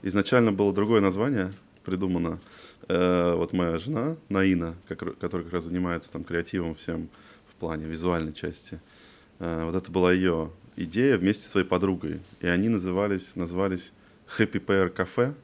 изначально было другое название придумано. Вот моя жена, Наина, которая как раз занимается там креативом всем в плане визуальной части. Вот это была ее идея вместе со своей подругой. И они назвались Happy Pair Cafe.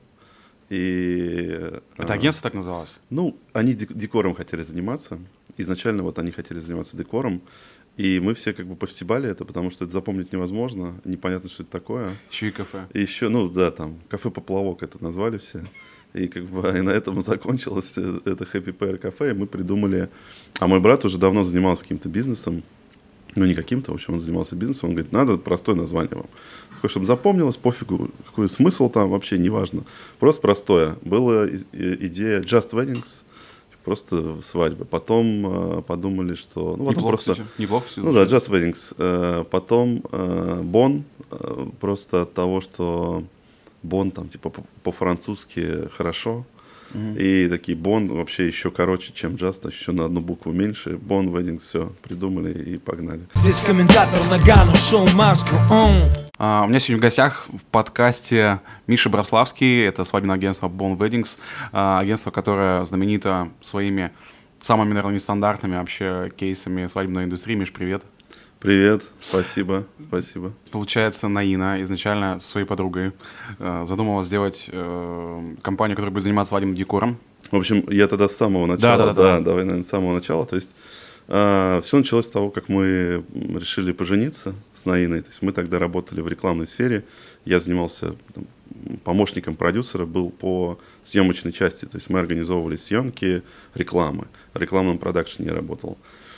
Это агентство так называлось? Ну, они декором хотели заниматься. Изначально вот они хотели заниматься декором. И мы все как бы повстебали это, потому что это запомнить невозможно. Непонятно, что это такое. Еще и кафе. И еще, ну да, там, кафе-поплавок это назвали все. И как бы и на этом закончилось это Happy Pair Cafe. И мы придумали... А мой брат уже давно занимался каким-то бизнесом. Ну, не каким-то, в общем, он занимался бизнесом. Он говорит, надо простое название вам. Такое, чтобы запомнилось, пофигу, какой смысл там, вообще неважно. Просто простое. Была идея Just Weddings, просто свадьбы. Потом подумали, что... Ну, неплохо, просто, кстати. Неплохо. Ну да, Just Weddings. Потом Bon, просто от того, что Bon там типа по-французски хорошо. И такие Bon вообще еще короче, чем Just, еще на одну букву меньше. Bon Weddings, все, придумали и погнали. Здесь комментатор Нагано, шоу Must Go On. У меня сегодня в гостях в подкасте Миша Брославский. Это свадебное агентство Bon Weddings. Агентство, которое знаменито своими самыми, наверное, нестандартными вообще кейсами свадебной индустрии. Миш, привет. Привет, спасибо. Получается, Наина изначально со своей подругой задумалась сделать компанию, которая будет заниматься свадебным декором. В общем, я тогда с самого начала, давай, наверное, с самого начала. То есть все началось с того, как мы решили пожениться с Наиной. То есть мы тогда работали в рекламной сфере. Я занимался помощником продюсера, был по съемочной части. То есть мы организовывали съемки рекламы. В рекламном продакшене я работал.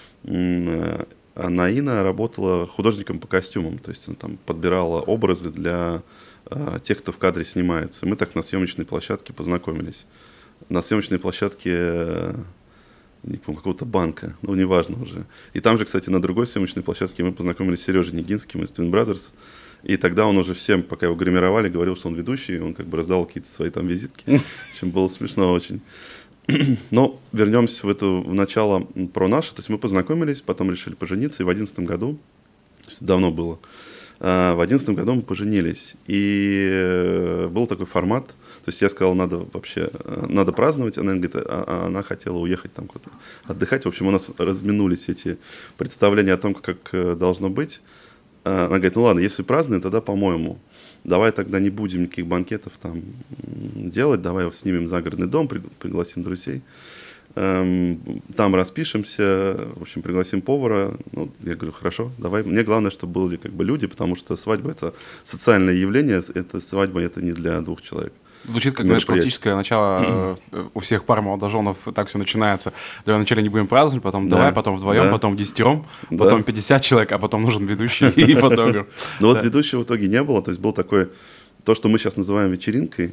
А Наина работала художником по костюмам, то есть она там подбирала образы для тех, кто в кадре снимается. Мы так на съемочной площадке познакомились. На съемочной площадке, не помню, какого-то банка, ну, неважно уже. И там же, кстати, на другой съемочной площадке мы познакомились с Сережей Нигинским из Twin Brothers. И тогда он уже всем, пока его гримировали, говорил, что он ведущий, он как бы раздавал какие-то свои там визитки. В общем, было смешно очень. Но вернемся в начало про наше. То есть мы познакомились, потом решили пожениться. И в 2011 году, давно было, в 2011 году мы поженились. И был такой формат. То есть я сказал, надо праздновать. Она говорит, она хотела уехать там куда-то отдыхать. В общем, у нас разминулись эти представления о том, как должно быть. Она говорит, ну ладно, если празднуем, тогда по-моему. Давай тогда не будем никаких банкетов там делать, давай снимем загородный дом, пригласим друзей, там распишемся, в общем, пригласим повара. Ну, я говорю, хорошо, давай. Мне главное, чтобы были как бы люди, потому что свадьба – это социальное явление, свадьба – это не для двух человек. Звучит как, знаешь, классическое начало у всех пар молодоженов, так все начинается. Давай вначале не будем праздновать, потом давай, потом вдвоем, потом в10, потом 50 человек, а потом нужен ведущий и фотограф. Ну вот ведущего в итоге не было, то есть был такой, то, что мы сейчас называем вечеринкой,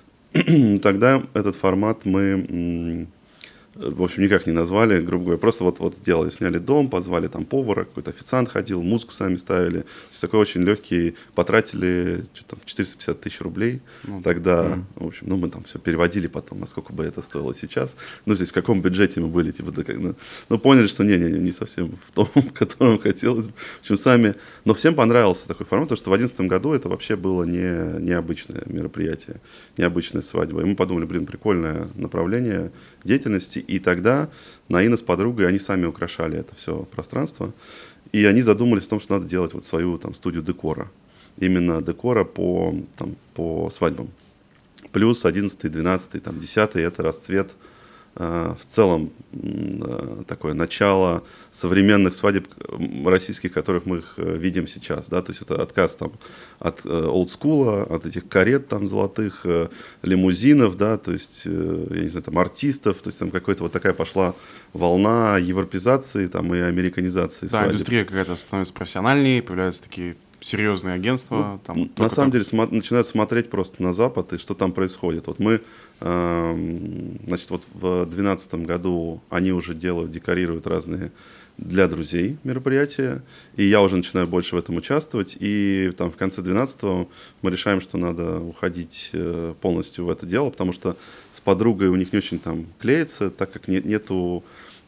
тогда этот формат мы, в общем, никак не назвали, грубо говоря, просто вот сделали, сняли дом, позвали там повара, какой-то официант ходил, музыку сами ставили. То есть такой очень легкий, потратили 450 тысяч рублей тогда. В общем, мы там все переводили потом, насколько бы это стоило сейчас. Ну, здесь в каком бюджете мы были, типа, поняли, что не совсем в том, в котором хотелось. В общем, сами. Но всем понравился такой формат, потому что в 2011 году это вообще было необычное мероприятие, необычная свадьба. И мы подумали, прикольное направление деятельности. И тогда Наина с подругой, они сами украшали это все пространство. И они задумались о том, что надо делать вот свою там студию декора. Именно декора по свадьбам. Плюс 11, 12, там, 10 это расцвет. В целом такое начало современных свадеб российских, которых мы их видим сейчас, да, то есть это отказ там от олдскула, от этих карет там золотых, лимузинов, да, то есть, я не знаю, там артистов, то есть там какая-то вот такая пошла волна европеизации там и американизации свадеб. Да, индустрия какая-то становится профессиональней, появляются такие серьезные агентства. Там, на самом деле начинают смотреть просто на Запад и что там происходит. Вот мы, значит, вот в 2012 году они уже декорируют разные для друзей мероприятия, и я уже начинаю больше в этом участвовать, и там в конце 2012 мы решаем, что надо уходить полностью в это дело, потому что с подругой у них не очень там клеится, так как нету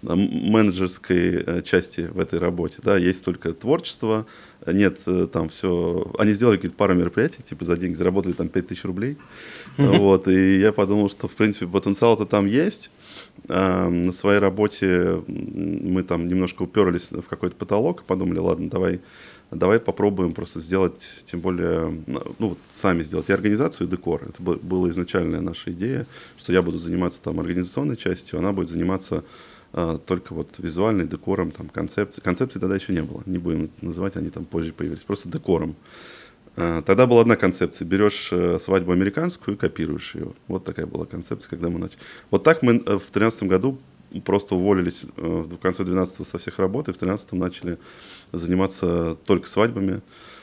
менеджерской части в этой работе, да, есть только творчество, нет там все, они сделали какие-то пару мероприятий, типа за деньги заработали там 5000 рублей, вот, и я подумал, что, в принципе, потенциал-то там есть. На своей работе мы там немножко уперлись в какой-то потолок и подумали, ладно, давай попробуем просто сделать, тем более, вот сами сделать и организацию, и декор. Это была изначальная наша идея, что я буду заниматься там организационной частью, она будет заниматься только вот визуальной, декором, там, концепцией. Концепции тогда еще не было, не будем называть, они там позже появились, просто декором. Тогда была одна концепция. Берешь свадьбу американскую и копируешь ее. Вот такая была концепция, когда мы начали. Вот так мы в 2013 году просто уволились в конце 2012 со всех работ, и в 2013 начали заниматься только свадьбами.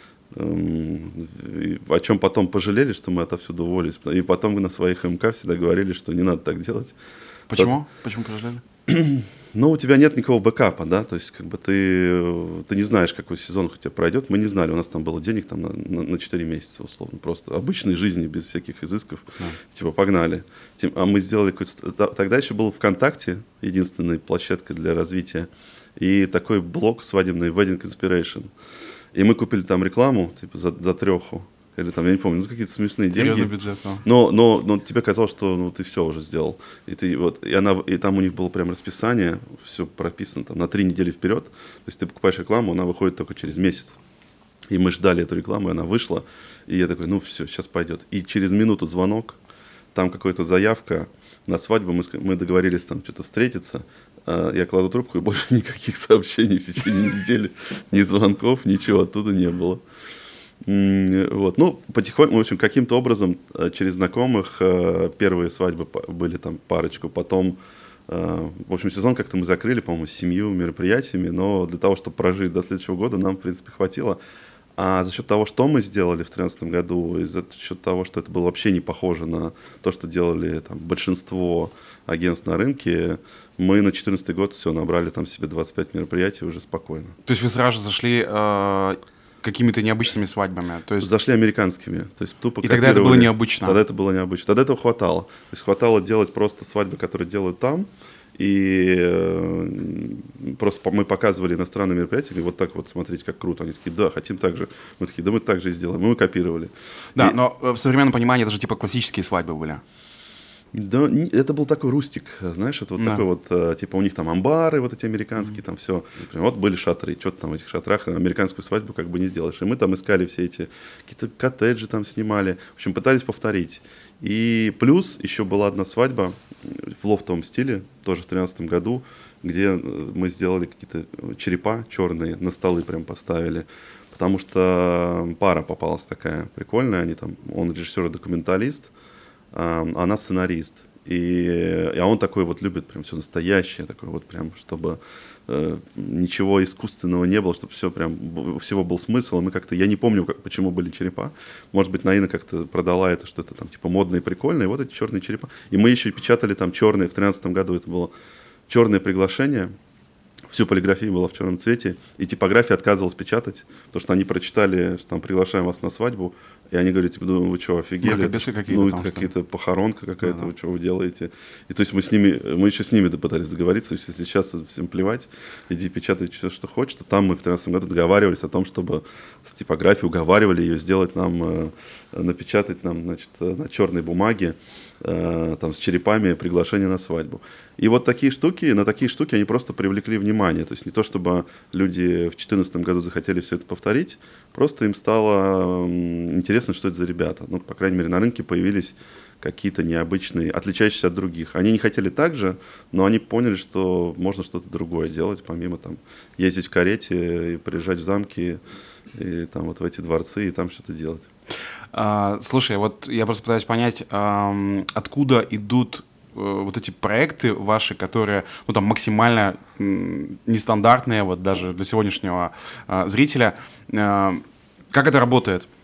О чем потом пожалели, что мы отовсюду уволились. И потом мы на своих МК всегда говорили, что не надо так делать. Почему? Почему пожалели? Ну, у тебя нет никакого бэкапа, да, то есть как бы ты не знаешь, какой сезон у тебя пройдет. Мы не знали, у нас там было денег там на 4 месяца, условно, просто обычной жизни, без всяких изысков, типа погнали. А мы сделали какой-то... Тогда еще был ВКонтакте, единственной площадкой для развития, и такой блог свадебный Wedding Inspiration. И мы купили там рекламу, типа за 3, или там, я не помню, какие-то смешные деньги. Серьезный бюджет, да. Но тебе казалось, что ты все уже сделал. И там у них было прям расписание, все прописано там на 3 недели вперед. То есть ты покупаешь рекламу, она выходит только через месяц. И мы ждали эту рекламу, и она вышла. И я такой, все, сейчас пойдет. И через минуту звонок, там какая-то заявка на свадьбу, мы договорились там что-то встретиться. Я кладу трубку, и больше никаких сообщений в течение недели, ни звонков, ничего оттуда не было. Вот. Потихоньку, в общем, каким-то образом через знакомых первые свадьбы были там парочку, потом, в общем, сезон как-то мы закрыли, по-моему, с 7 мероприятиями, но для того, чтобы прожить до следующего года, нам, в принципе, хватило. А за счет того, что мы сделали в 2013 году, и за счет того, что это было вообще не похоже на то, что делали там большинство агентств на рынке, мы на 2014 год все набрали там себе 25 мероприятий уже спокойно. То есть вы сразу же зашли какими-то необычными свадьбами? То есть... Зашли американскими. То есть тупо и тогда это было необычно? Тогда это было необычно. Тогда этого хватало. То есть хватало делать просто свадьбы, которые делают там, и просто мы показывали иностранные мероприятия, и вот так вот, смотрите, как круто. Они такие, да, хотим так же. Мы такие, да, мы так же и сделаем. Мы копировали. Да, но в современном понимании это же типа классические свадьбы были. Да, это был такой рустик, знаешь, это вот такой вот, типа у них там амбары вот эти американские, там все. Вот были шатры, что-то там в этих шатрах, американскую свадьбу как бы не сделаешь. И мы там искали все эти, какие-то коттеджи там снимали, в общем, пытались повторить. И плюс еще была одна свадьба в лофтовом стиле, тоже в 2013 году, где мы сделали какие-то черепа черные, на столы прям поставили. Потому что пара попалась такая прикольная, он режиссер-документалист, она сценарист. А он такой вот любит прям все настоящее, такой вот прям, чтобы ничего искусственного не было, чтобы все прям, у всего был смысл. И мы как-то, я не помню, почему были черепа. Может быть, Наина как-то продала это, что это там типа модно и прикольно. И вот эти черные черепа. И мы еще печатали там черные, в 2013 году это было черное приглашение. Всю полиграфию была в черном цвете, и типография отказывалась печатать, потому что они прочитали, что там приглашаем вас на свадьбу, и они говорят, типа, вы что, офигели? Это какие-то похоронка какая-то, вы что вы делаете? И то есть мы еще с ними пытались договориться, то есть если сейчас всем плевать, иди печатай все, что хочешь, то там мы в 2013 году договаривались о том, чтобы с типографией уговаривали ее сделать нам, напечатать нам, значит, на черной бумаге, там, с черепами приглашение на свадьбу. И вот на такие штуки они просто привлекли внимание. То есть не то, чтобы люди в 2014 году захотели все это повторить, просто им стало интересно, что это за ребята. Ну, по крайней мере, на рынке появились какие-то необычные, отличающиеся от других. Они не хотели так же, но они поняли, что можно что-то другое делать, помимо там ездить в карете и приезжать в замки, и там вот в эти дворцы, и там что-то делать. Слушай, вот я просто пытаюсь понять, откуда идут вот эти проекты ваши, которые, ну, там, максимально нестандартные, вот даже для сегодняшнего зрителя. Как это работает?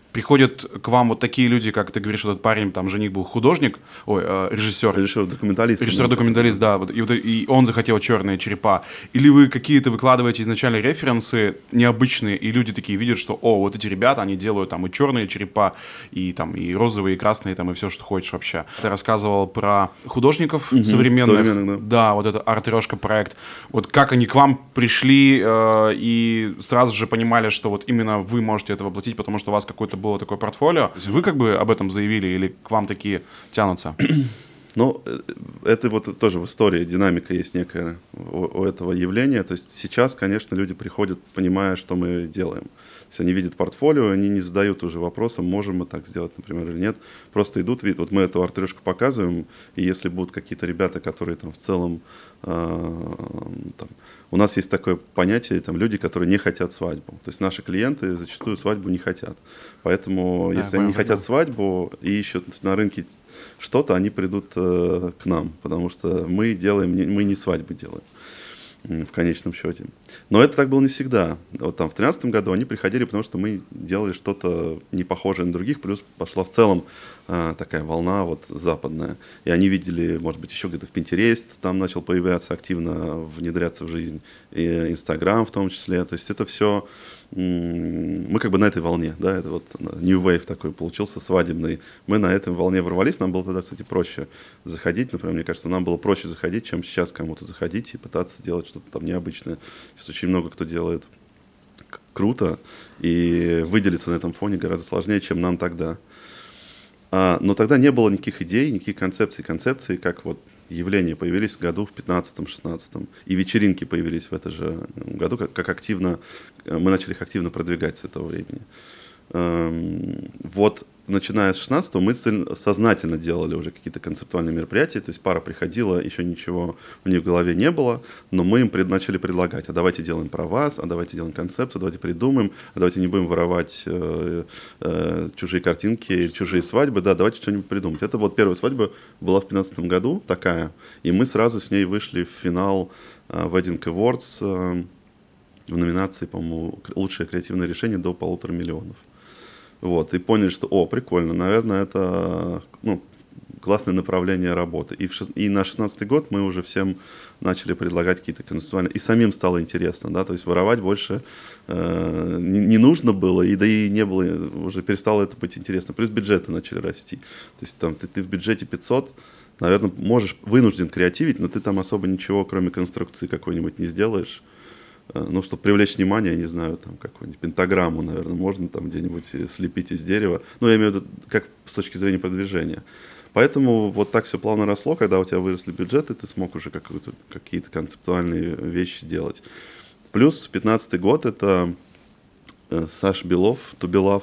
приходят к вам вот такие люди, как ты говоришь, этот парень, там, жених был художник, режиссер. Режиссер-документалист. Режиссер-документалист, да. И он захотел «Черные черепа». Или вы какие-то выкладываете изначально референсы необычные, и люди такие видят, что, вот эти ребята, они делают там и «Черные черепа», и там и розовые, и красные, там, и все, что хочешь вообще. Ты рассказывал про художников современных. Да, вот это «Артрешка» проект. Вот как они к вам пришли и сразу же понимали, что вот именно вы можете это воплотить, потому что у вас какой-то было такое портфолио. То есть вы как бы об этом заявили или к вам такие тянутся? Ну, это вот тоже в истории динамика есть некая у этого явления. То есть сейчас, конечно, люди приходят, понимая, что мы делаем. То есть они видят портфолио, они не задают уже вопроса, можем мы так сделать, например, или нет. Просто идут, видят, вот мы эту арт-решку показываем, и если будут какие-то ребята, которые там в целом... там, у нас есть такое понятие, там, люди, которые не хотят свадьбу. То есть наши клиенты зачастую свадьбу не хотят. Поэтому, если они не хотят свадьбу и ищут на рынке что-то, они придут к нам, потому что мы не свадьбы делаем в конечном счете. Но это так было не всегда. Вот там в 2013 году они приходили, потому что мы делали что-то не похожее на других, плюс пошла в целом такая волна вот западная. И они видели, может быть, еще где-то в Pinterest там начал появляться, активно внедряться в жизнь, и Instagram в том числе. То есть это все... Мы как бы на этой волне, да, это вот New Wave такой получился свадебный. Мы на этой волне ворвались, нам было тогда, кстати, проще заходить, например, мне кажется, нам было проще заходить, чем сейчас кому-то заходить и пытаться делать что-то там необычное. Сейчас очень много кто делает круто, и выделиться на этом фоне гораздо сложнее, чем нам тогда. Но тогда не было никаких идей, никаких концепций, как вот явления появились в году в 15-16, и вечеринки появились в этом же году, как активно, мы начали их активно продвигать с этого времени. Вот начиная с 16-го мы сознательно делали уже какие-то концептуальные мероприятия, то есть пара приходила, еще ничего у них в голове не было, но мы им начали предлагать, а давайте делаем про вас, а давайте делаем концепцию, давайте придумаем, а давайте не будем воровать чужие картинки, чужие свадьбы, да, давайте что-нибудь придумать. Это вот первая свадьба была в 15 году такая, и мы сразу с ней вышли в финал Wedding Awards в номинации, по-моему, «Лучшее креативное решение» до 1,5 миллиона. Вот, и поняли, что, прикольно, наверное, это классное направление работы. И на 16-й год мы уже всем начали предлагать какие-то концептуальные, и самим стало интересно, да, то есть воровать больше не нужно было, да и не было, уже перестало это быть интересно. Плюс бюджеты начали расти. То есть там ты в бюджете 500, наверное, вынужден креативить, но ты там особо ничего, кроме конструкции какой-нибудь, не сделаешь. Чтобы привлечь внимание, я не знаю, там какую-нибудь пентаграмму, наверное, можно там где-нибудь слепить из дерева. Я имею в виду, как с точки зрения продвижения. Поэтому вот так все плавно росло, когда у тебя выросли бюджеты, ты смог уже какие-то концептуальные вещи делать. Плюс 15-й год, это Саша Белов, Тубелав,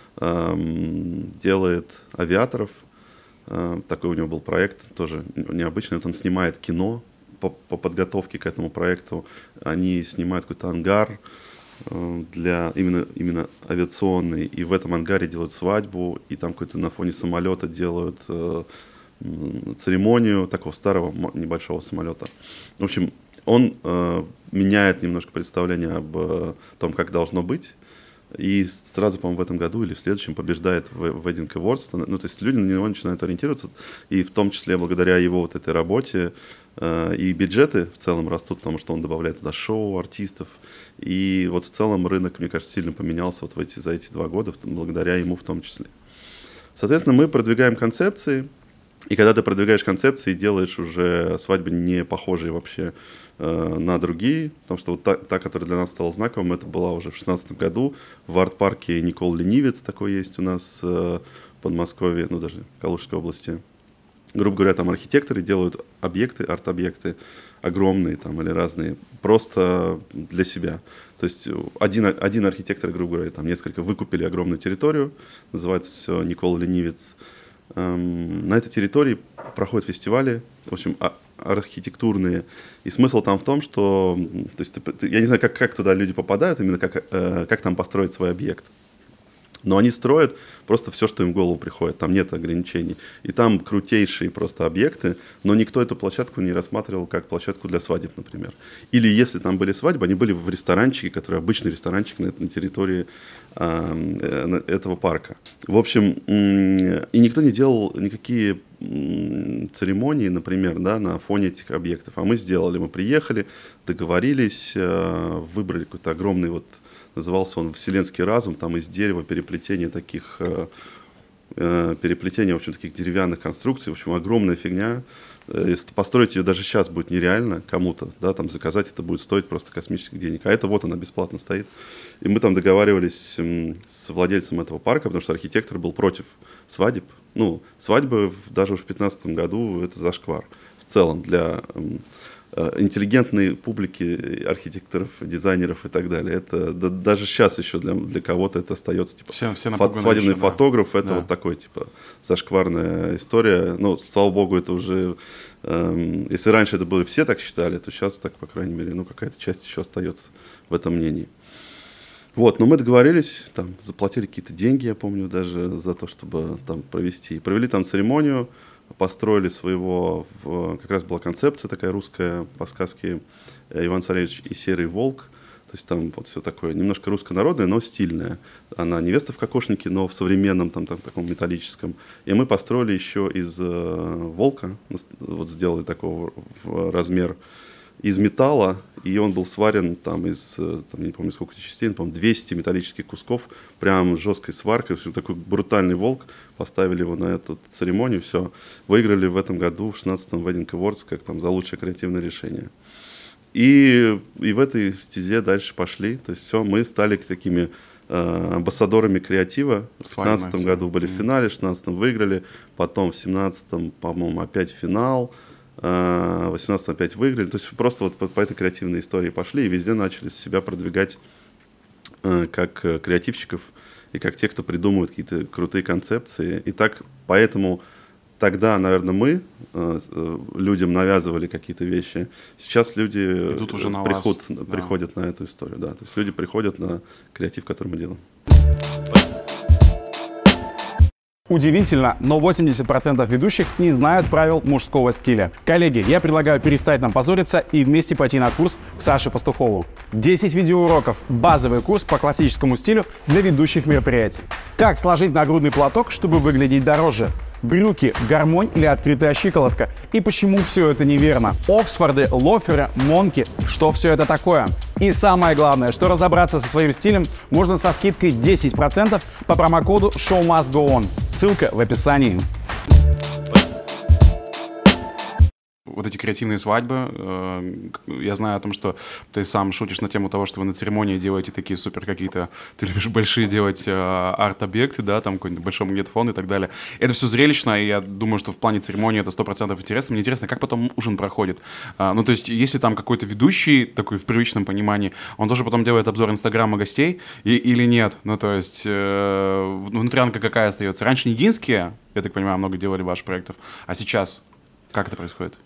делает авиаторов. Такой у него был проект, тоже необычный. Он снимает кино. По подготовке к этому проекту они снимают какой-то ангар для именно авиационный, и в этом ангаре делают свадьбу, и там какой-то на фоне самолета делают церемонию такого старого небольшого самолета. В общем, он меняет немножко представление об том, как должно быть, и сразу, по-моему, в этом году или в следующем побеждает в Wedding Awards. То есть люди на него начинают ориентироваться, и в том числе благодаря его вот этой работе и бюджеты в целом растут, потому что он добавляет туда шоу, артистов. И вот в целом рынок, мне кажется, сильно поменялся вот за эти 2 года, благодаря ему в том числе. Соответственно, мы продвигаем концепции, и когда ты продвигаешь концепции, делаешь уже свадьбы не похожие вообще на другие, потому что вот та, которая для нас стала знаковым, это была уже в 2016 году в арт-парке Никол Ленивец, такой есть у нас в Подмосковье, даже в Калужской области. Грубо говоря, там архитекторы делают объекты, арт-объекты огромные там или разные, просто для себя. То есть один архитектор, грубо говоря, там несколько выкупили огромную территорию, называется все Никол Ленивец. На этой территории проходят фестивали, в общем, архитектурные. И смысл там в том, что, то есть, я не знаю, как туда люди попадают, именно как там построить свой объект. Но они строят просто все, что им в голову приходит, там нет ограничений. И там крутейшие просто объекты, но никто эту площадку не рассматривал как площадку для свадеб, например. Или если там были свадьбы, они были в ресторанчике, который обычный ресторанчик на территории этого парка. В общем, и никто не делал никакие церемонии, например, да, на фоне этих объектов. А мы сделали, мы приехали, договорились, выбрали какой-то огромный назывался он «Вселенский разум», там из дерева переплетение таких, в общем, таких деревянных конструкций, в общем, огромная фигня. Построить ее даже сейчас будет нереально кому-то, да, там заказать это будет стоить просто космических денег. А это она бесплатно стоит. И мы там договаривались с владельцем этого парка, потому что архитектор был против свадеб. Свадьбы даже в 2015 году это зашквар. В целом для интеллигентной публики, архитекторов, дизайнеров и так далее. Это даже сейчас еще для кого-то это остается свадебный еще, фотограф, да. Это такой зашкварная история. Слава богу, это уже если раньше это были все так считали, то сейчас так, по крайней мере, какая-то часть еще остается в этом мнении. Но мы договорились, заплатили какие-то деньги, я помню, даже за то, чтобы там провести. Провели там церемонию, построили как раз была концепция такая русская, по сказке «Иван Царевич и Серый волк». То есть там все такое немножко руссконародное, но стильное. Она невеста в кокошнике, но в современном таком металлическом. И мы построили еще из волка, сделали такого в размер из металла, и он был сварен из, не помню сколько частей, по-моему, 200 металлических кусков, прям жесткой сваркой, такой брутальный волк, поставили его на эту церемонию, все, выиграли в этом году, в 16-м Wedding Awards, как за лучшее креативное решение. И в этой стезе дальше пошли, то есть все, мы стали такими амбассадорами креатива. В 2015 году были в финале, в 2016 выиграли, потом в 2017, по-моему, опять финал, в 18 опять выиграли. То есть просто по этой креативной истории пошли и везде начали себя продвигать как креативщиков и как тех, кто придумывает какие-то крутые концепции. И так, поэтому тогда, наверное, мы людям навязывали какие-то вещи. Сейчас люди приходят на эту историю. Да. То есть люди приходят на креатив, который мы делаем. Удивительно, но 80% ведущих не знают правил мужского стиля. Коллеги, я предлагаю перестать нам позориться и вместе пойти на курс к Саше Пастухову. 10 видеоуроков, базовый курс по классическому стилю для ведущих мероприятий. Как сложить нагрудный платок, чтобы выглядеть дороже? Брюки, гармонь или открытая щиколотка? И почему все это неверно? Оксфорды, лоферы, монки, что все это такое? И самое главное, что разобраться со своим стилем можно со скидкой 10% по промокоду Show Must Go On. Ссылка в описании. Вот эти креативные свадьбы, я знаю о том, что ты сам шутишь на тему того, что вы на церемонии делаете такие супер какие-то, ты любишь большие делать арт-объекты, да, там какой-нибудь большой магнитофон и так далее. Это все зрелищно, и я думаю, что в плане церемонии это 100% интересно. Мне интересно, как потом ужин проходит. То есть, если там какой-то ведущий, такой в привычном понимании, он тоже потом делает обзор инстаграма гостей или нет? То есть, внутрянка какая остается? Раньше Нигинские, я так понимаю, много делали ваших проектов, а сейчас как это происходит?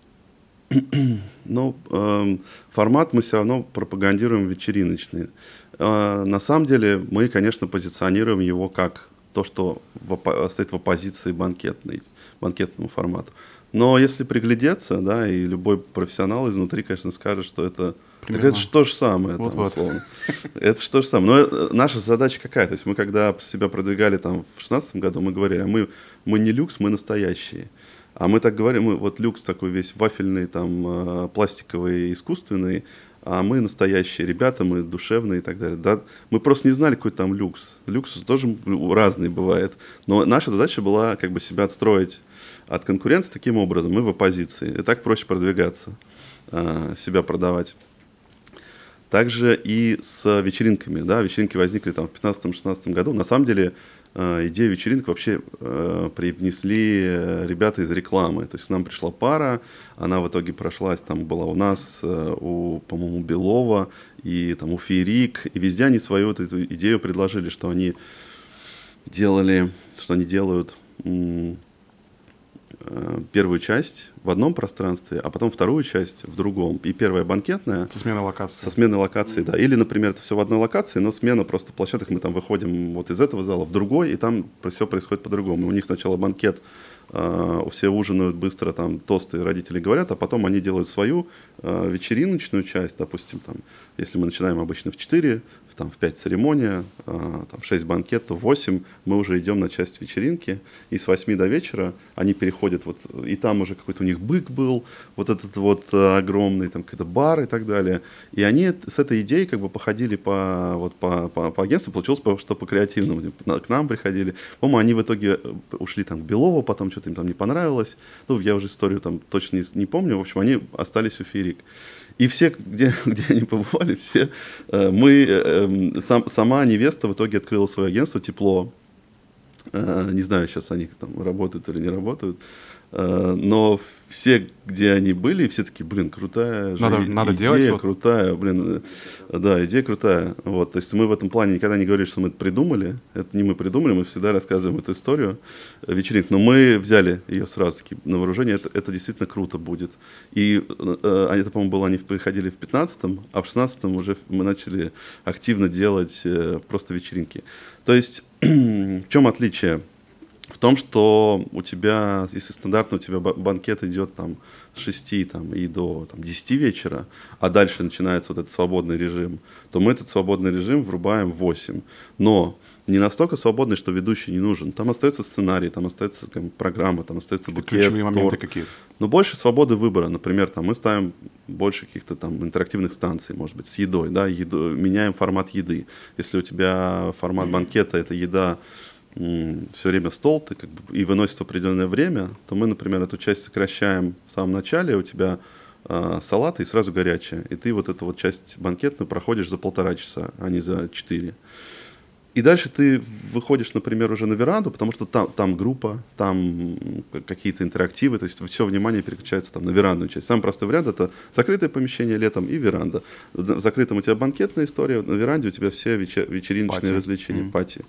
Формат мы все равно пропагандируем вечериночный. На самом деле мы, конечно, позиционируем его как то, что стоит в оппозиции банкетному формату. Но если приглядеться, да, и любой профессионал изнутри, конечно, скажет, что это же то же самое, условно. Это же то же самое. Но наша задача какая? То есть мы, когда себя продвигали в 2016 году, мы говорили, мы не люкс, мы настоящие. А мы так говорим, люкс такой весь вафельный, пластиковый, искусственный, а мы настоящие ребята, мы душевные и так далее. Да? Мы просто не знали, какой там люкс. Люкс тоже разный бывает. Но наша задача была себя отстроить от конкуренции таким образом. Мы в оппозиции. И так проще продвигаться, себя продавать. Также и с вечеринками. Да? Вечеринки возникли в 2015-2016 году. На самом деле идею вечеринок вообще привнесли ребята из рекламы. То есть к нам пришла пара, она в итоге прошлась, была у нас, по-моему, Белова и у Феерик. И везде они свою эту идею предложили, что они делают первую часть в одном пространстве, а потом вторую часть в другом. И первая банкетная. Со сменой локации. Со сменой локации, да. Или, например, это все в одной локации, но смена просто площадок. Мы там выходим вот из этого зала в другой, и там все происходит по-другому. У них сначала банкет, все ужинают быстро, там тосты родители говорят, а потом они делают свою вечериночную часть, допустим, там, если мы начинаем обычно в 4, в 5 церемония, в 6 банкет, то в 8 мы уже идем на часть вечеринки, и с 8 до вечера они переходят, вот, и там уже какой-то у них бык был, вот этот вот огромный, там какой-то бар и так далее, и они с этой идеей как бы походили по агентству, получилось, что по креативному, к нам приходили, по-моему, они в итоге ушли там к Белову, потом что-то им там не понравилось, ну, я уже историю там точно не помню, в общем, они остались у Феерик. И все, где они побывали, все, сама невеста в итоге открыла свое агентство «Тепло». Не знаю, сейчас они там работают или не работают, но все, где они были, все такие, блин, крутая надо идея, делать, крутая, блин, да, идея крутая. Вот, то есть мы в этом плане никогда не говорили, что мы это придумали, это не мы придумали, мы всегда рассказываем эту историю вечеринок, но мы взяли ее сразу-таки на вооружение, это действительно круто будет. И это, по-моему, было, они приходили в 15-м, а в 16-м уже мы начали активно делать просто вечеринки. То есть в чем отличие? В том, что у тебя, если стандартно у тебя банкет идет там, с 6 там, и до 10 вечера, а дальше начинается вот этот свободный режим, то мы этот свободный режим врубаем в 8. Но не настолько свободный, что ведущий не нужен. Там остается сценарий, там остается программа, там остается букет, ключевые моменты торт. какие? Но больше свободы выбора. Например, там, мы ставим больше каких-то там интерактивных станций, может быть, с едой. Да? Меняем формат еды. Если у тебя формат банкета – это еда все время в стол ты как бы, и выносит в определенное время, то мы, например, эту часть сокращаем в самом начале, у тебя салаты и сразу горячее. И ты вот эту вот часть банкетную проходишь за 1,5 часа, а не за 4. И дальше ты выходишь, например, уже на веранду, потому что там группа, там какие-то интерактивы, то есть все внимание переключается там на верандную часть. Самый простой вариант – это закрытое помещение летом и веранда. В закрытом у тебя банкетная история, на веранде у тебя все вечериночные развлечения, пати.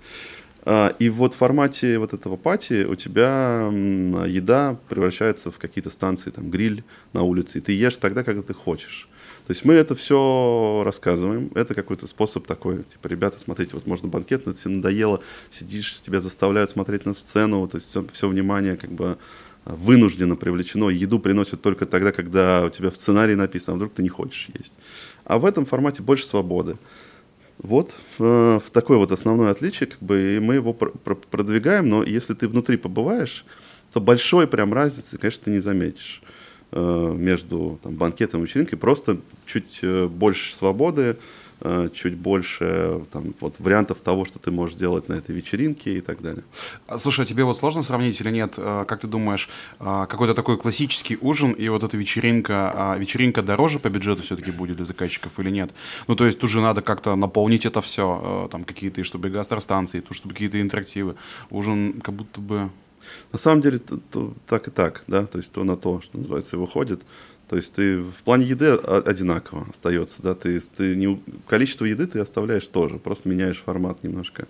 И вот в формате вот этого пати у тебя еда превращается в какие-то станции, там, гриль на улице, и ты ешь тогда, когда ты хочешь. То есть мы это все рассказываем, это какой-то способ такой, типа, ребята, смотрите, вот можно банкет, но это тебе надоело, сидишь, тебя заставляют смотреть на сцену, то есть все внимание как бы вынужденно привлечено, еду приносят только тогда, когда у тебя в сценарии написано, а вдруг ты не хочешь есть. А в этом формате больше свободы. Вот в такое вот основное отличие, как бы, и мы его продвигаем, но если ты внутри побываешь, то большой прям разницы, конечно, ты не заметишь между там, банкетом и вечеринкой, просто чуть больше свободы, чуть больше там, вот, вариантов того, что ты можешь делать на этой вечеринке и так далее. Слушай, а тебе вот сложно сравнить или нет? Как ты думаешь, какой-то такой классический ужин и вот эта вечеринка, вечеринка дороже по бюджету все-таки будет для заказчиков или нет? Ну, то есть тут же надо как-то наполнить это все, там какие-то, чтобы гастростанции, тут чтобы какие-то интерактивы. Ужин как будто бы... На самом деле, то так и так, да, то есть то на то, что называется, и выходит. То есть ты в плане еды одинаково остается, да, количество еды ты оставляешь тоже, просто меняешь формат немножко.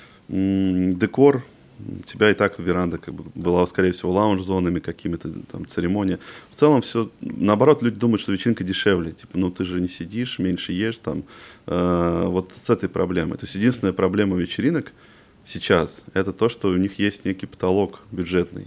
Декор, у тебя и так веранда как бы была, скорее всего, лаунж-зонами, какими-то там церемония. В целом все, наоборот, люди думают, что вечеринка дешевле, типа, ну ты же не сидишь, меньше ешь, там, вот с этой проблемой. То есть единственная проблема вечеринок сейчас, это то, что у них есть некий потолок бюджетный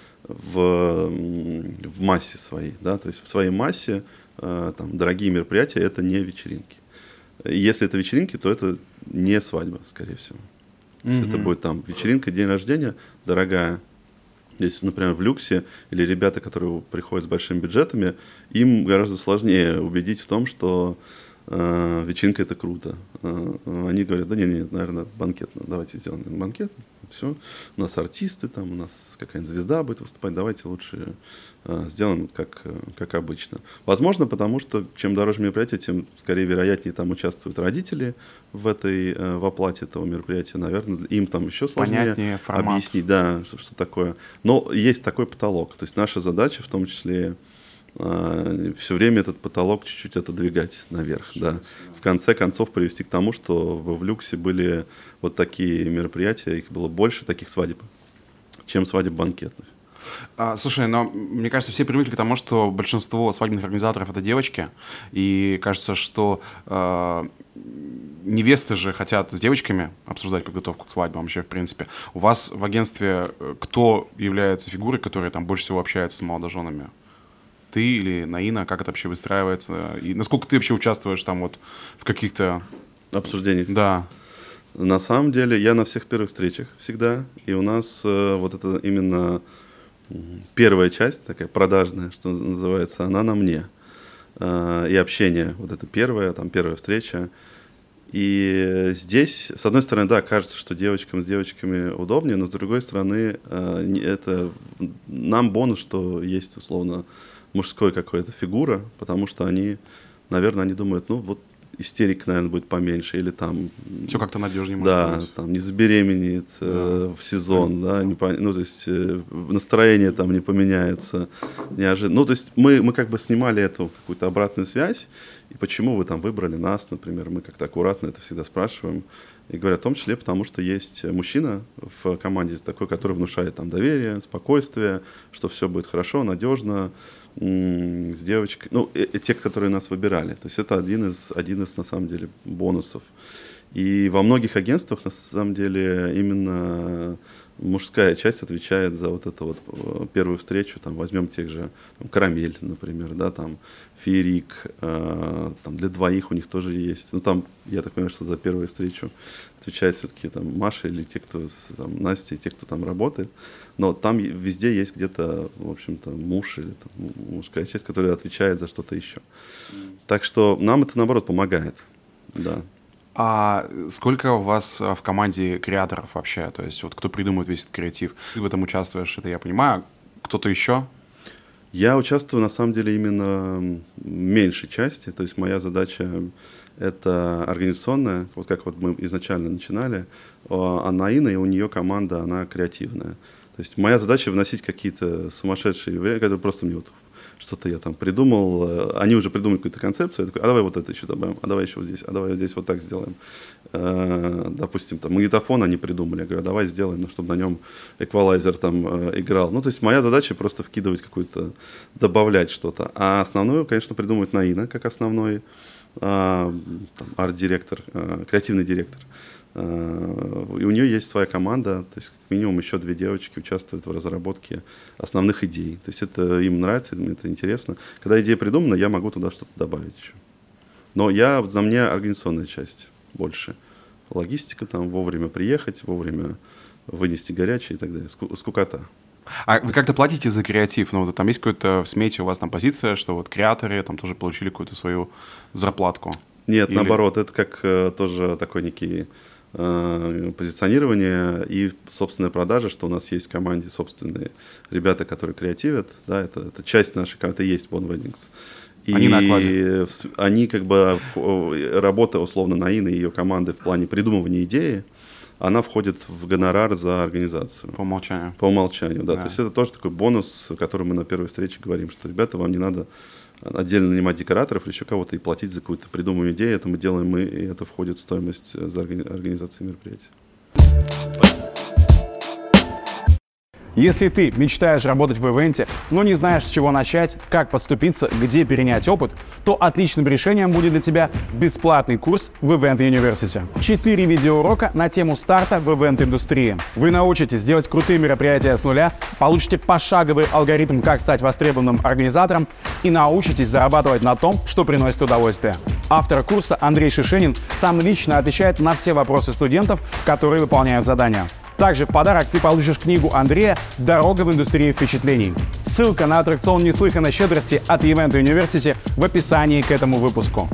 в массе своей, да, то есть в своей массе там, дорогие мероприятия – это не вечеринки. Если это вечеринки, то это не свадьба, скорее всего. То есть это будет там вечеринка, день рождения, дорогая. Если, например, в люксе или ребята, которые приходят с большими бюджетами, им гораздо сложнее убедить в том, что вечеринка – это круто. Они говорят, да нет, наверное, банкет, давайте сделаем банкет, все, у нас артисты, там, у нас какая-нибудь звезда будет выступать, давайте лучше сделаем как обычно. Возможно, потому что чем дороже мероприятие, тем скорее вероятнее там участвуют родители в оплате этого мероприятия, наверное, им там еще сложнее объяснить, да, что такое. Но есть такой потолок, то есть наша задача в том числе все время этот потолок чуть-чуть отодвигать наверх, да. В конце концов привести к тому, что в люксе были вот такие мероприятия, их было больше таких свадеб, чем свадеб банкетных. Слушай, но мне кажется, все привыкли к тому, что большинство свадебных организаторов — это девочки, и кажется, что невесты же хотят с девочками обсуждать подготовку к свадьбам вообще, в принципе. У вас в агентстве кто является фигурой, которая там больше всего общается с молодоженами? Ты или Наина? Как это вообще выстраивается? И насколько ты вообще участвуешь там вот в каких-то... обсуждениях? Да. На самом деле, я на всех первых встречах всегда, и у нас вот это именно первая часть, такая продажная, что называется, она на мне. И общение, вот это первая встреча. И здесь, с одной стороны, да, кажется, что девочкам с девочками удобнее, но с другой стороны, это нам бонус, что есть, условно, мужской какая-то фигура, потому что они, наверное, они думают, ну, вот истерик, наверное, будет поменьше, или там... Все как-то надежнее может да, быть. там не забеременеет в сезон, да, ну, то есть настроение там не поменяется неожиданно. Ну, то есть мы как бы снимали эту какую-то обратную связь, и почему вы там выбрали нас, например, мы как-то аккуратно это всегда спрашиваем, и говорят, в том числе потому, что есть мужчина в команде такой, который внушает там доверие, спокойствие, что все будет хорошо, надежно, с девочкой, ну, те, которые нас выбирали. То есть это один из на самом деле бонусов. И во многих агентствах на самом деле именно мужская часть отвечает за вот эту вот первую встречу. Там возьмем тех же там, Карамель, например, да, там Феерик, там для двоих у них тоже есть. Ну там, я так понимаю, что за первую встречу отвечает все-таки там Маша или те, кто там, Настя, те, кто там работает. Но там везде есть где-то, в общем-то, муж или там, мужская часть, которая отвечает за что-то еще. Так что нам это, наоборот, помогает. Да. А сколько у вас в команде креаторов вообще? То есть вот кто придумывает весь этот креатив? Ты в этом участвуешь, это я понимаю. Кто-то еще? Я участвую, на самом деле, именно в меньшей части. То есть моя задача – это организационная, вот как вот мы изначально начинали. А Наина, и у нее команда, она креативная. То есть моя задача вносить какие-то сумасшедшие вещи, которые просто мне вот что-то я там придумал, они уже придумали какую-то концепцию, я такой, а давай вот это еще добавим, а давай еще вот здесь, а давай вот здесь вот так сделаем. Допустим, там магнитофон они придумали, я говорю, а давай сделаем, ну, чтобы на нем эквалайзер там играл. Ну, то есть моя задача просто вкидывать какую-то, добавлять что-то. А основную, конечно, придумывает Наина, как основной арт-директор, креативный директор. И у нее есть своя команда, то есть как минимум еще 2 девочки участвуют в разработке основных идей. То есть это им нравится, им это интересно. Когда идея придумана, я могу туда что-то добавить еще. Но за мне организационная часть больше. Логистика, там, вовремя приехать, вовремя вынести горячее и так далее. Скукота. А вы как-то платите за креатив? Ну, вот там есть какая-то в смете у вас там позиция, что вот креаторы там тоже получили какую-то свою зарплатку? Нет, наоборот, это как тоже такой некий позиционирование и собственная продажа, что у нас есть в команде собственные ребята, которые креативят, да, это часть нашей команды, это есть Bon Weddings. И они на окладе. Они как бы, работа условно Наины и ее команды в плане придумывания идеи, она входит в гонорар за организацию. По умолчанию. По умолчанию, да. То есть это тоже такой бонус, который мы на первой встрече говорим, что, ребята, вам не надо отдельно нанимать декораторов или еще кого-то и платить за какую-то придуманную идею. Это мы делаем и это входит в стоимость за организацию мероприятия. Если ты мечтаешь работать в ивенте, но не знаешь, с чего начать, как поступиться, где перенять опыт, то отличным решением будет для тебя бесплатный курс в Event University. 4 видеоурока на тему старта в ивент-индустрии. Вы научитесь делать крутые мероприятия с нуля, получите пошаговый алгоритм, как стать востребованным организатором и научитесь зарабатывать на том, что приносит удовольствие. Автор курса Андрей Шишенин сам лично отвечает на все вопросы студентов, которые выполняют задания. Также в подарок ты получишь книгу Андрея «Дорога в индустрии впечатлений». Ссылка на аттракцион неслыханной щедрости от Event University в описании к этому выпуску.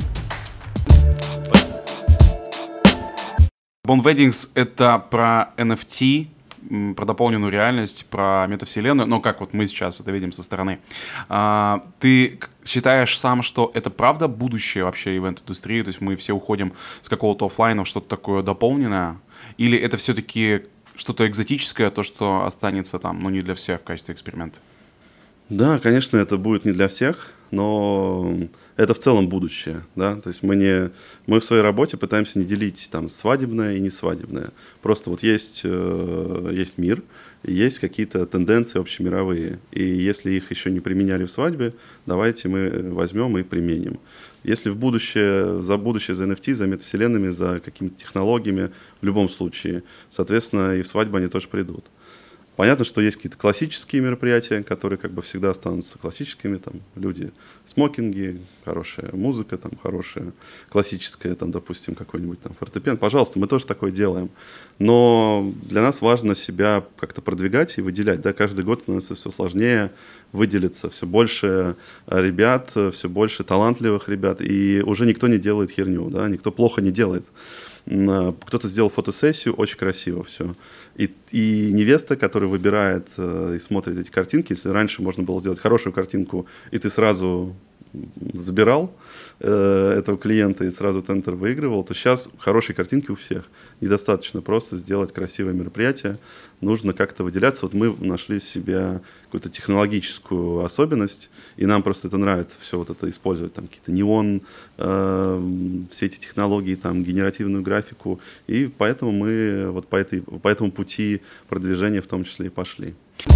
Bon Weddings — это про NFT, про дополненную реальность, про метавселенную, но как вот мы сейчас это видим со стороны. Ты считаешь сам, что это правда будущее вообще ивент-индустрии? То есть мы все уходим с какого-то офлайна в что-то такое дополненное? Или это все-таки что-то экзотическое, то, что останется там, ну, не для всех в качестве эксперимента? Да, конечно, это будет не для всех, но это в целом будущее, да, то есть мы в своей работе пытаемся не делить там свадебное и не свадебное. Просто вот есть мир, есть какие-то тенденции общемировые, и если их еще не применяли в свадьбе, давайте мы возьмем и применим. Если за будущее, за NFT, за метавселенными, за какими-то технологиями, в любом случае, соответственно, и в свадьбу они тоже придут. Понятно, что есть какие-то классические мероприятия, которые как бы всегда останутся классическими, там люди, смокинги, хорошая музыка, там хорошая классическая, там, допустим, какой-нибудь там фортепиано. Пожалуйста, мы тоже такое делаем. Но для нас важно себя как-то продвигать и выделять. Да? Каждый год становится все сложнее выделиться, все больше ребят, все больше талантливых ребят, и уже никто не делает херню, да? Никто плохо не делает. Кто-то сделал фотосессию, очень красиво все. И невеста, которая выбирает и смотрит эти картинки, если раньше можно было сделать хорошую картинку, и ты сразу забирал этого клиента и сразу тендер выигрывал, то сейчас хорошие картинки у всех. Недостаточно просто сделать красивое мероприятие, нужно как-то выделяться. Вот мы нашли в себе какую-то технологическую особенность, и нам просто это нравится, все вот это использовать, там какие-то неон, все эти технологии, там генеративную графику, и поэтому мы вот по этому пути продвижения в том числе и пошли.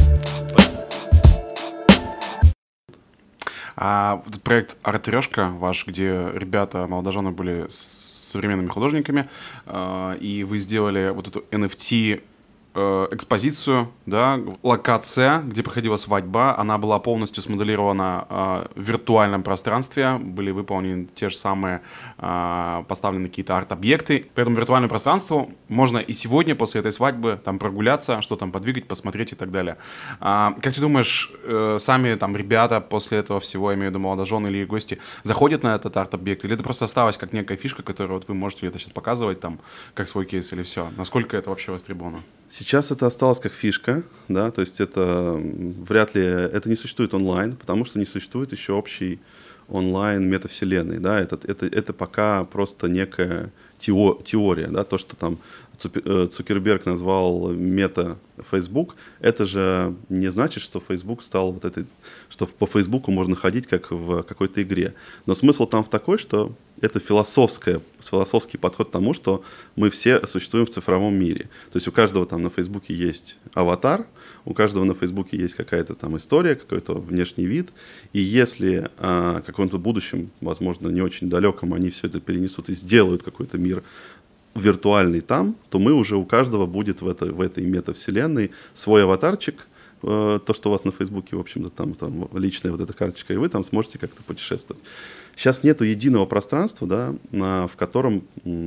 А вот проект «Арт-трешка» ваш, где ребята, молодожены, были современными художниками, и вы сделали вот эту NFT экспозицию, да, локация, где проходила свадьба, она была полностью смоделирована в виртуальном пространстве, были выполнены те же самые, поставлены какие-то арт-объекты. По этому виртуальному пространству можно и сегодня, после этой свадьбы, там прогуляться, что там подвигать, посмотреть и так далее. Как ты думаешь, сами там ребята после этого всего, я имею в виду молодожены или гости, заходят на этот арт-объект, или это просто осталось как некая фишка, которую вот вы можете это сейчас показывать, там, как свой кейс или все? Насколько это вообще востребовано? Сейчас это осталось как фишка, да, то есть это вряд ли, это не существует онлайн, потому что не существует еще общей онлайн метавселенной, да, это пока просто некая теория, да, то, что там Цукерберг назвал мета Facebook, это же не значит, что Facebook стал вот этой, что по Фейсбуку можно ходить как в какой-то игре. Но смысл там в такой, что это философский подход к тому, что мы все существуем в цифровом мире. То есть у каждого там на Фейсбуке есть аватар, у каждого на Фейсбуке есть какая-то там история, какой-то внешний вид. И если в каком-то будущем, возможно, не очень далеком, они все это перенесут и сделают какой-то мир виртуальный там, то мы уже у каждого будет в этой метавселенной свой аватарчик, то, что у вас на Фейсбуке, в общем-то, там личная вот эта карточка, и вы там сможете как-то путешествовать. Сейчас нету единого пространства, да, в котором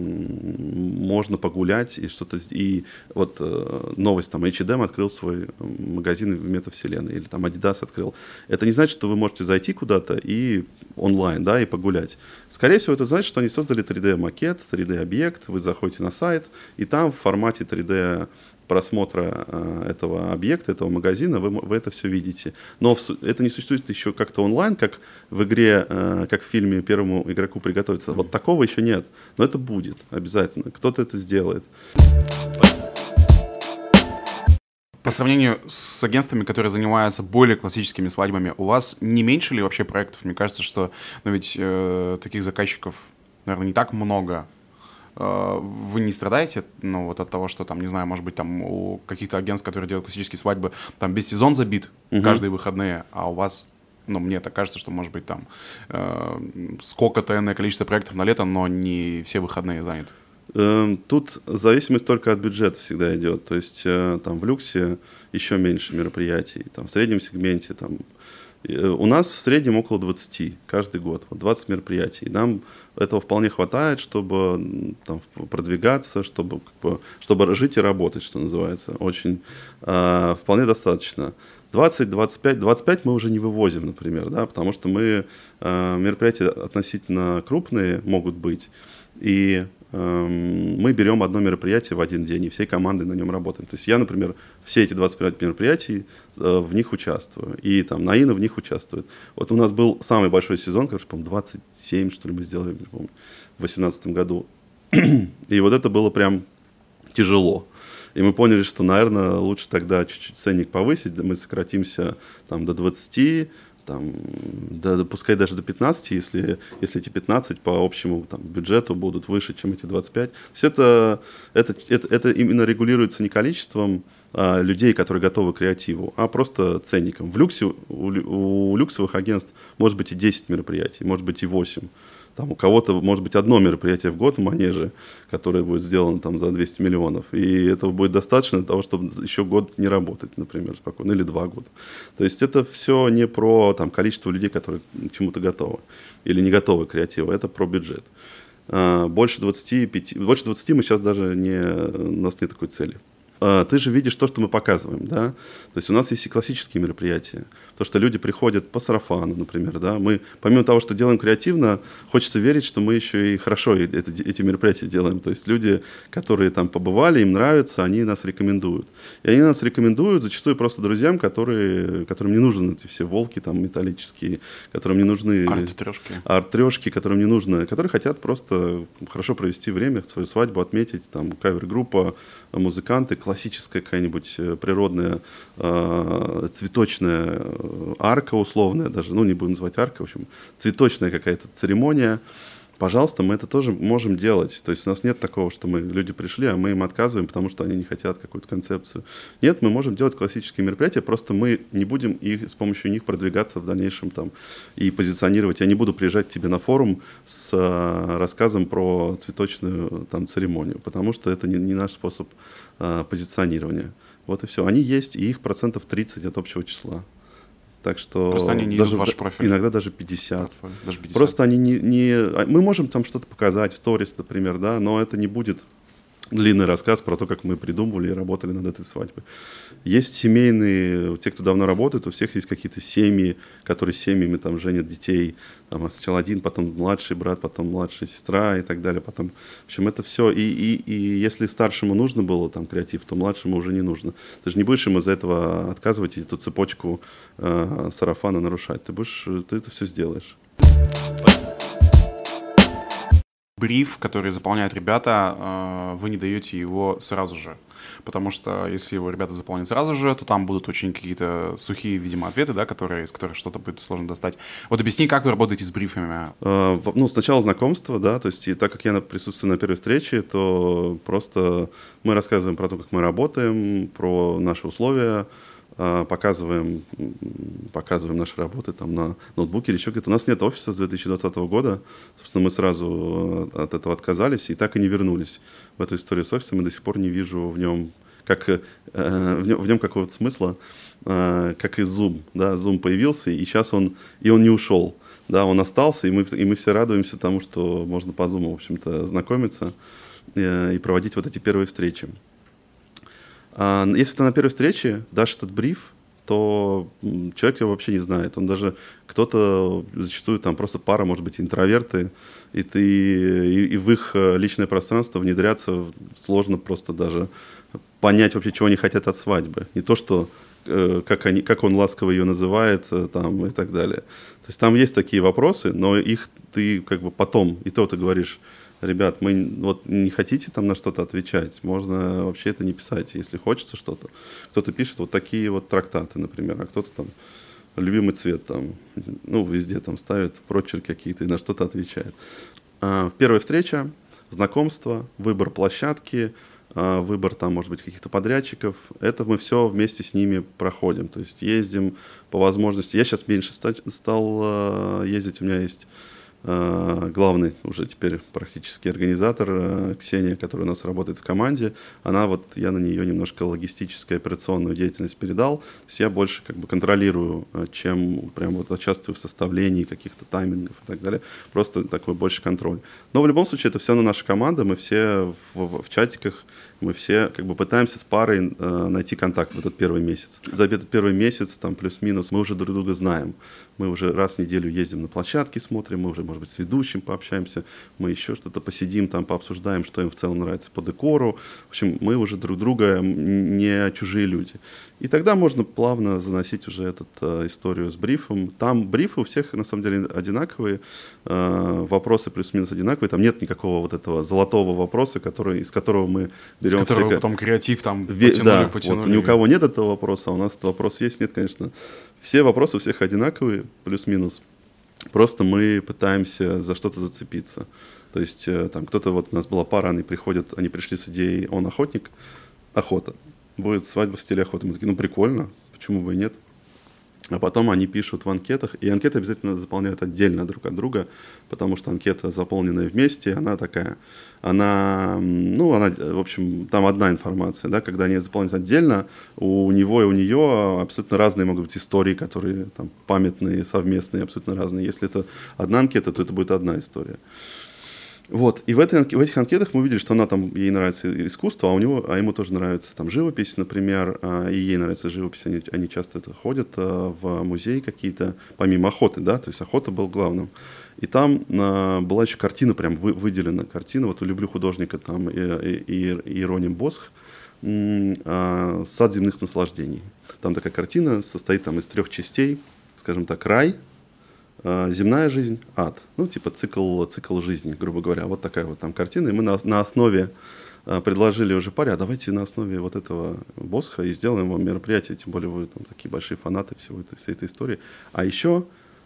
можно погулять и что-то. И вот новость, там, H&M открыл свой магазин в метавселенной, или там Adidas открыл. Это не значит, что вы можете зайти куда-то и онлайн, да, и погулять. Скорее всего, это значит, что они создали 3D-макет, 3D-объект, вы заходите на сайт, и там в формате 3D просмотра этого объекта, этого магазина, вы это все видите. Но это не существует еще как-то онлайн, как в игре, как в фильме «Первому игроку приготовиться». Вот такого еще нет. Но это будет обязательно. Кто-то это сделает. По сравнению с агентствами, которые занимаются более классическими свадьбами, у вас не меньше ли вообще проектов? Мне кажется, что ведь таких заказчиков, наверное, не так много. Вы не страдаете, вот от того, что там, не знаю, может быть, там у каких-то агентств, которые делают классические свадьбы, там весь сезон забит, каждые выходные, а у вас, мне так кажется, что, может быть, там сколько-то энное количество проектов на лето, но не все выходные заняты. Тут зависимость только от бюджета всегда идет. То есть там в люксе еще меньше мероприятий, там в среднем сегменте там у нас в среднем около 20 каждый год, 20 мероприятий. И нам этого вполне хватает, чтобы там продвигаться, чтобы жить и работать, что называется. Очень вполне достаточно. 20, 25 мы уже не вывозим, например, да, потому что мероприятия относительно крупные могут быть, и мы берем одно мероприятие в один день, и всей командой на нем работаем. То есть я, например, все эти 25 мероприятий, в них участвую, и там Наина в них участвует. Вот у нас был самый большой сезон, кажется, по-моему, 27, что ли, мы сделали, в 2018 году. И вот это было прям тяжело. И мы поняли, что, наверное, лучше тогда чуть-чуть ценник повысить, мы сократимся там до 20, там, пускай даже до 15, если эти 15 по общему там, бюджету будут выше, чем эти 25. То есть это именно регулируется не количеством людей, которые готовы к креативу, а просто ценником. В люксе у люксовых агентств может быть и 10 мероприятий, может быть и 8. Там у кого-то может быть одно мероприятие в год в Манеже, которое будет сделано там за 200 миллионов. И этого будет достаточно для того, чтобы еще год не работать, например, спокойно, или 2 года. То есть это все не про там, количество людей, которые к чему-то готовы или не готовы к креативу, это про бюджет. Больше 20 мы сейчас даже у нас нет такой цели. Ты же видишь то, что мы показываем, да, то есть у нас есть и классические мероприятия, то, что люди приходят по сарафану, например, да, мы, помимо того, что делаем креативно, хочется верить, что мы еще и хорошо эти мероприятия делаем, то есть люди, которые там побывали, им нравится, они нас рекомендуют, и они нас рекомендуют зачастую просто друзьям, которым не нужны эти все волки там металлические, которым не нужны арт-трешки, которым не нужно, которые хотят просто хорошо провести время, свою свадьбу отметить, там, кавер-группа, музыканты, классическая какая-нибудь природная цветочная арка условная, даже, не будем называть аркой, в общем, цветочная какая-то церемония. Пожалуйста, мы это тоже можем делать. То есть у нас нет такого, что люди пришли, а мы им отказываем, потому что они не хотят какую-то концепцию. Нет, мы можем делать классические мероприятия, просто мы не будем с помощью них продвигаться в дальнейшем там, и позиционировать. Я не буду приезжать к тебе на форум с рассказом про цветочную там, церемонию, потому что это не наш способ позиционирования. Вот и все. Они есть, и их 30% от общего числа. Так что просто они не идут в ваш профиль. Иногда даже 50. Просто они мы можем там что-то показать в сторис, например, да, но это не будет длинный рассказ про то, как мы придумывали и работали над этой свадьбой. Есть семейные, те, кто давно работает, у всех есть какие-то семьи, которые семьями там женят детей. Там сначала один, потом младший брат, потом младшая сестра и так далее. Потом, в общем, это все. И если старшему нужно было там креатив, то младшему уже не нужно. Ты же не будешь им из-за этого отказывать и эту цепочку сарафана нарушать. Ты это все сделаешь. Бриф, который заполняют ребята, вы не даете его сразу же. Потому что если его ребята заполнят сразу же, то там будут очень какие-то сухие, видимо, ответы, да, из которых что-то будет сложно достать. Вот объясни, как вы работаете с брифами? Сначала знакомство, да, то есть и так как я присутствую на первой встрече, то просто мы рассказываем про то, как мы работаем, про наши условия, показываем наши работы там на ноутбуке или еще где-то. У нас нет офиса с 2020 года. Собственно, мы сразу от этого отказались и так и не вернулись в эту историю с офисом. И до сих пор не вижу в нем какого-то смысла, как и Zoom. Да? Zoom появился, и сейчас он не ушел. Да, он остался, и мы все радуемся тому, что можно по Zoom, в общем-то, знакомиться и проводить вот эти первые встречи. Если ты на первой встрече дашь этот бриф, то человек его вообще не знает. Он даже кто-то, зачастую там просто пара, может быть, интроверты, и в их личное пространство внедряться сложно просто даже понять вообще, чего они хотят от свадьбы. Не то, что как он ласково ее называет там, и так далее. То есть там есть такие вопросы, но их ты как бы потом, и то ты говоришь: ребят, мы вот не хотите там на что-то отвечать, можно вообще это не писать, если хочется что-то. Кто-то пишет вот такие вот трактаты, например, а кто-то там любимый цвет там, везде там ставит прочерки какие-то и на что-то отвечает. Первая встреча, знакомство, выбор площадки, выбор там, может быть, каких-то подрядчиков, это мы все вместе с ними проходим, то есть ездим по возможности. Я сейчас меньше стал ездить, у меня есть главный уже теперь практически организатор Ксения, которая у нас работает в команде. Я на нее немножко логистическую операционную деятельность передал. То есть я больше как бы контролирую, чем прям вот участвую в составлении каких-то таймингов и так далее. Просто такой больше контроль. Но в любом случае это все равно наша команда, мы все в чатиках, мы все как бы пытаемся с парой найти контакт в этот первый месяц. За этот первый месяц, там плюс-минус, мы уже друг друга знаем. Мы уже раз в неделю ездим на площадки, смотрим, мы уже может быть, с ведущим пообщаемся, мы еще что-то посидим, там пообсуждаем, что им в целом нравится по декору. В общем, мы уже друг друга не чужие люди. И тогда можно плавно заносить уже эту историю с брифом. Там брифы у всех, на самом деле, одинаковые, вопросы плюс-минус одинаковые, там нет никакого вот этого золотого вопроса, из которого мы берем... С которого потом креатив там потянули. Вот, ни у кого нет этого вопроса, а у нас этот вопрос есть. Нет, конечно. Все вопросы у всех одинаковые, плюс-минус. Просто мы пытаемся за что-то зацепиться. То есть там кто-то, вот у нас была пара, они пришли с идеей, он охотник, охота. Будет свадьба в стиле охоты. Мы такие, прикольно, почему бы и нет. А потом они пишут в анкетах, и анкеты обязательно заполняют отдельно друг от друга, потому что анкета, заполненная вместе, она, в общем, там одна информация, да, когда они заполняют отдельно, у него и у нее абсолютно разные могут быть истории, которые там памятные, совместные, абсолютно разные. Если это одна анкета, то это будет одна история. Вот, и в этих анкетах мы увидели, что ей нравится искусство, а ему тоже нравится там живопись, например, и ей нравится живопись, они часто ходят в музеи какие-то, помимо охоты, да, то есть охота была главным. И там была еще картина, прям выделена картина, вот люблю художника там Иероним Босх, «Сад земных наслаждений». Там такая картина состоит там из 3 частей, скажем так, рай, земная жизнь, ад. Типа цикл жизни, грубо говоря. Вот такая вот там картина. И мы на основе предложили уже паре, а давайте на основе вот этого Босха и сделаем вам мероприятие. Тем более вы там такие большие фанаты всей этой истории. А еще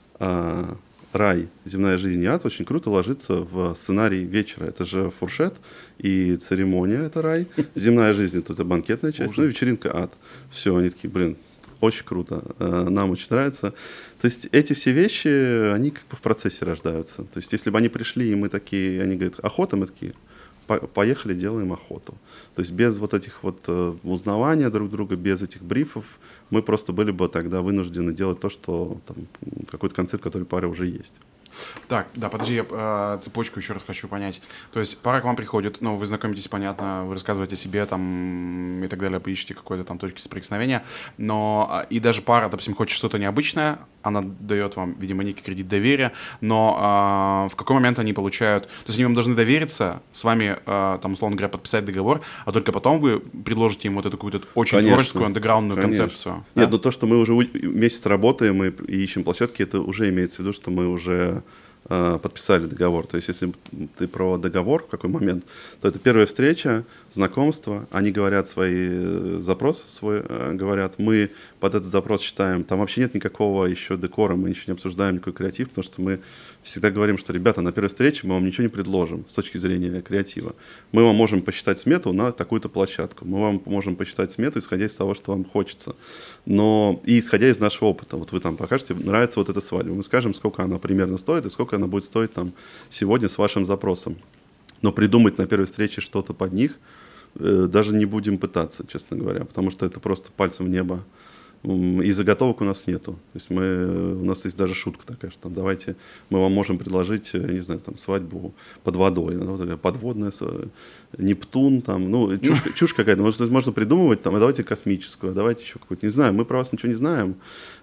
рай, земная жизнь и ад очень круто ложится в сценарий вечера. Это же фуршет и церемония, это рай. Земная жизнь, это банкетная часть, и вечеринка ад. Все, они такие, очень круто, нам очень нравится. То есть эти все вещи, они как бы в процессе рождаются. То есть если бы они пришли, и мы такие, они говорят, охота, мы такие, поехали, делаем охоту. То есть без вот этих вот узнавания друг друга, без этих брифов, мы просто были бы тогда вынуждены делать то, что там, какой-то концепт, который у пары уже есть. Так, да, подожди, я цепочку еще раз хочу понять. То есть пара к вам приходит, вы знакомитесь, понятно, вы рассказываете о себе там и так далее, поищите какой-то там точки соприкосновения, но и даже пара, допустим, хочет что-то необычное, она дает вам, видимо, некий кредит доверия, но в какой момент они получают, то есть они вам должны довериться, с вами, там, условно говоря, подписать договор, а только потом вы предложите им вот эту какую-то очень творческую, андеграундную концепцию. Нет, да? То, что мы уже месяц работаем и ищем площадки, это уже имеется в виду, что мы уже подписали договор. То есть, если ты про договор, в какой момент, то это первая встреча, знакомство, они говорят свои запросы, говорят, мы под этот запрос считаем, там вообще нет никакого еще декора, мы ничего не обсуждаем, никакой креатив, потому что мы всегда говорим, что, ребята, на первой встрече мы вам ничего не предложим с точки зрения креатива. Мы вам можем посчитать смету на такую-то площадку, мы вам можем посчитать смету, исходя из того, что вам хочется. Но и исходя из нашего опыта, вот вы там покажете, нравится вот эта свадьба, мы скажем, сколько она примерно стоит и сколько она будет стоить там сегодня с вашим запросом. Но придумать на первой встрече что-то под них даже не будем пытаться, честно говоря, потому что это просто пальцем в небо. И заготовок у нас нету. То есть у нас есть даже шутка такая, что там, давайте мы вам можем предложить, не знаю, там, свадьбу под водой. Вот такая подводная, Нептун, там, чушь какая-то. Можно придумывать, там, а давайте космическую, а давайте еще какую-то. Не знаю, мы про вас ничего не знаем.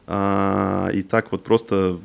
И так вот просто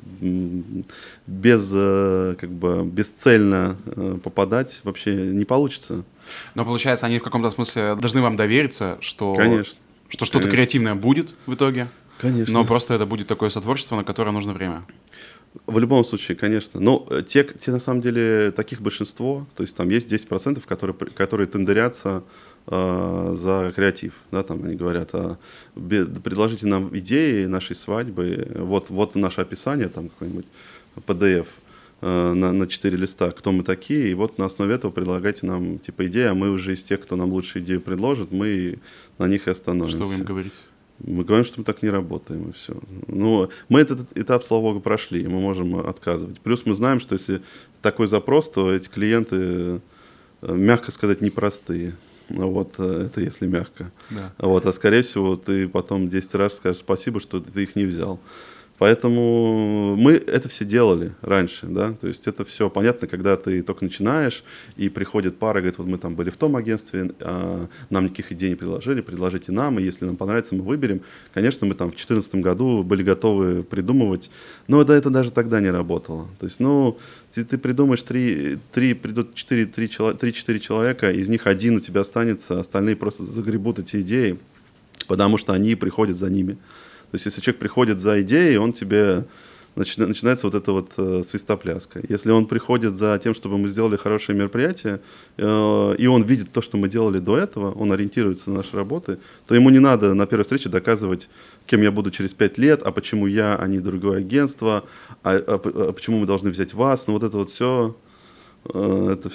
бесцельно попадать вообще не получится. Но получается, они в каком-то смысле должны вам довериться, что... Конечно. Что что-то креативное будет в итоге. Конечно. Но просто это будет такое сотворчество, на которое нужно время. В любом случае, конечно. Но те на самом деле, таких большинство, то есть там есть 10%, которые тендерятся за креатив. Да, там они говорят, предложите нам идеи нашей свадьбы, вот наше описание, там какой-нибудь PDF на 4 листа, кто мы такие, и вот на основе этого предлагайте нам типа идеи, а мы уже из тех, кто нам лучшую идею предложит, мы на них и остановимся. Что вы им говорите? Мы говорим, что мы так не работаем, и все. Но мы этот этап, слава богу, прошли, и мы можем отказывать. Плюс мы знаем, что если такой запрос, то эти клиенты, мягко сказать, непростые. Вот, это если мягко. Да. Вот, а скорее всего, ты потом 10 раз скажешь спасибо, что ты их не взял. Поэтому мы это все делали раньше, да, то есть это все понятно, когда ты только начинаешь, и приходит пара, говорит, вот мы там были в том агентстве, нам никаких идей не предложили, предложите нам, и если нам понравится, мы выберем. Конечно, мы там в 2014 году были готовы придумывать, но это даже тогда не работало. То есть, ты придумаешь придут 3-4 человека, из них один у тебя останется, остальные просто загребут эти идеи, потому что они приходят за ними. То есть, если человек приходит за идеей, он тебе начинается вот эта вот свистопляска. Если он приходит за тем, чтобы мы сделали хорошее мероприятие, и он видит то, что мы делали до этого, он ориентируется на наши работы, то ему не надо на первой встрече доказывать, кем я буду через 5 лет, а почему я, а не другое агентство, а почему мы должны взять вас. Вот это вот все... Это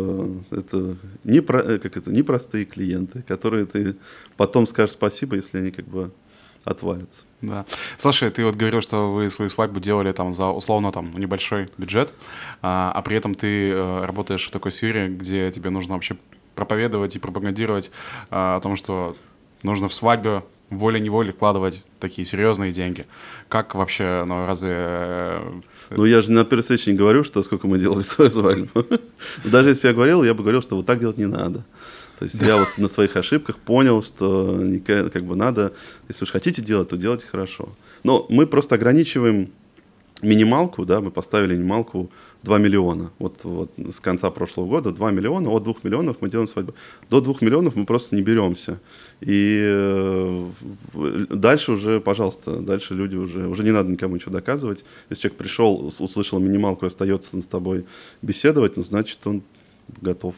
непростые клиенты, которые ты потом скажешь спасибо, если они отвалятся. Да. Слушай, ты вот говорил, что вы свою свадьбу делали там за условно небольшой бюджет, а при этом ты работаешь в такой сфере, где тебе нужно вообще проповедовать и пропагандировать о том, что нужно в свадьбу волей-неволей вкладывать такие серьезные деньги. Как вообще, разве... Я же на первой встрече не говорю, сколько мы делали свою свадьбу. Даже если бы я бы говорил, что вот так делать не надо. То есть я вот на своих ошибках понял, что надо, если уж хотите делать, то делайте хорошо. Но мы просто ограничиваем минималку, да, мы поставили минималку 2 миллиона. Вот с конца прошлого года 2 миллиона, от 2 миллионов мы делаем свадьбу. До 2 миллионов мы просто не беремся. И дальше уже, пожалуйста, дальше люди уже не надо никому ничего доказывать. Если человек пришел, услышал минималку и остается с тобой беседовать, значит, он готов.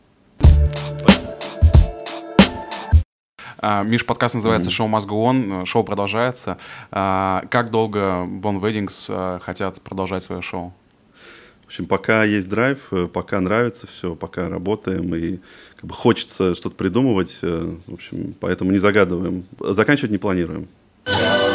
Миш, подкаст называется «Шоу Must Go On», шоу продолжается. Как долго Bon Weddings хотят продолжать свое шоу? В общем, пока есть драйв, пока нравится все, пока работаем и хочется что-то придумывать, в общем, поэтому не загадываем. Заканчивать не планируем.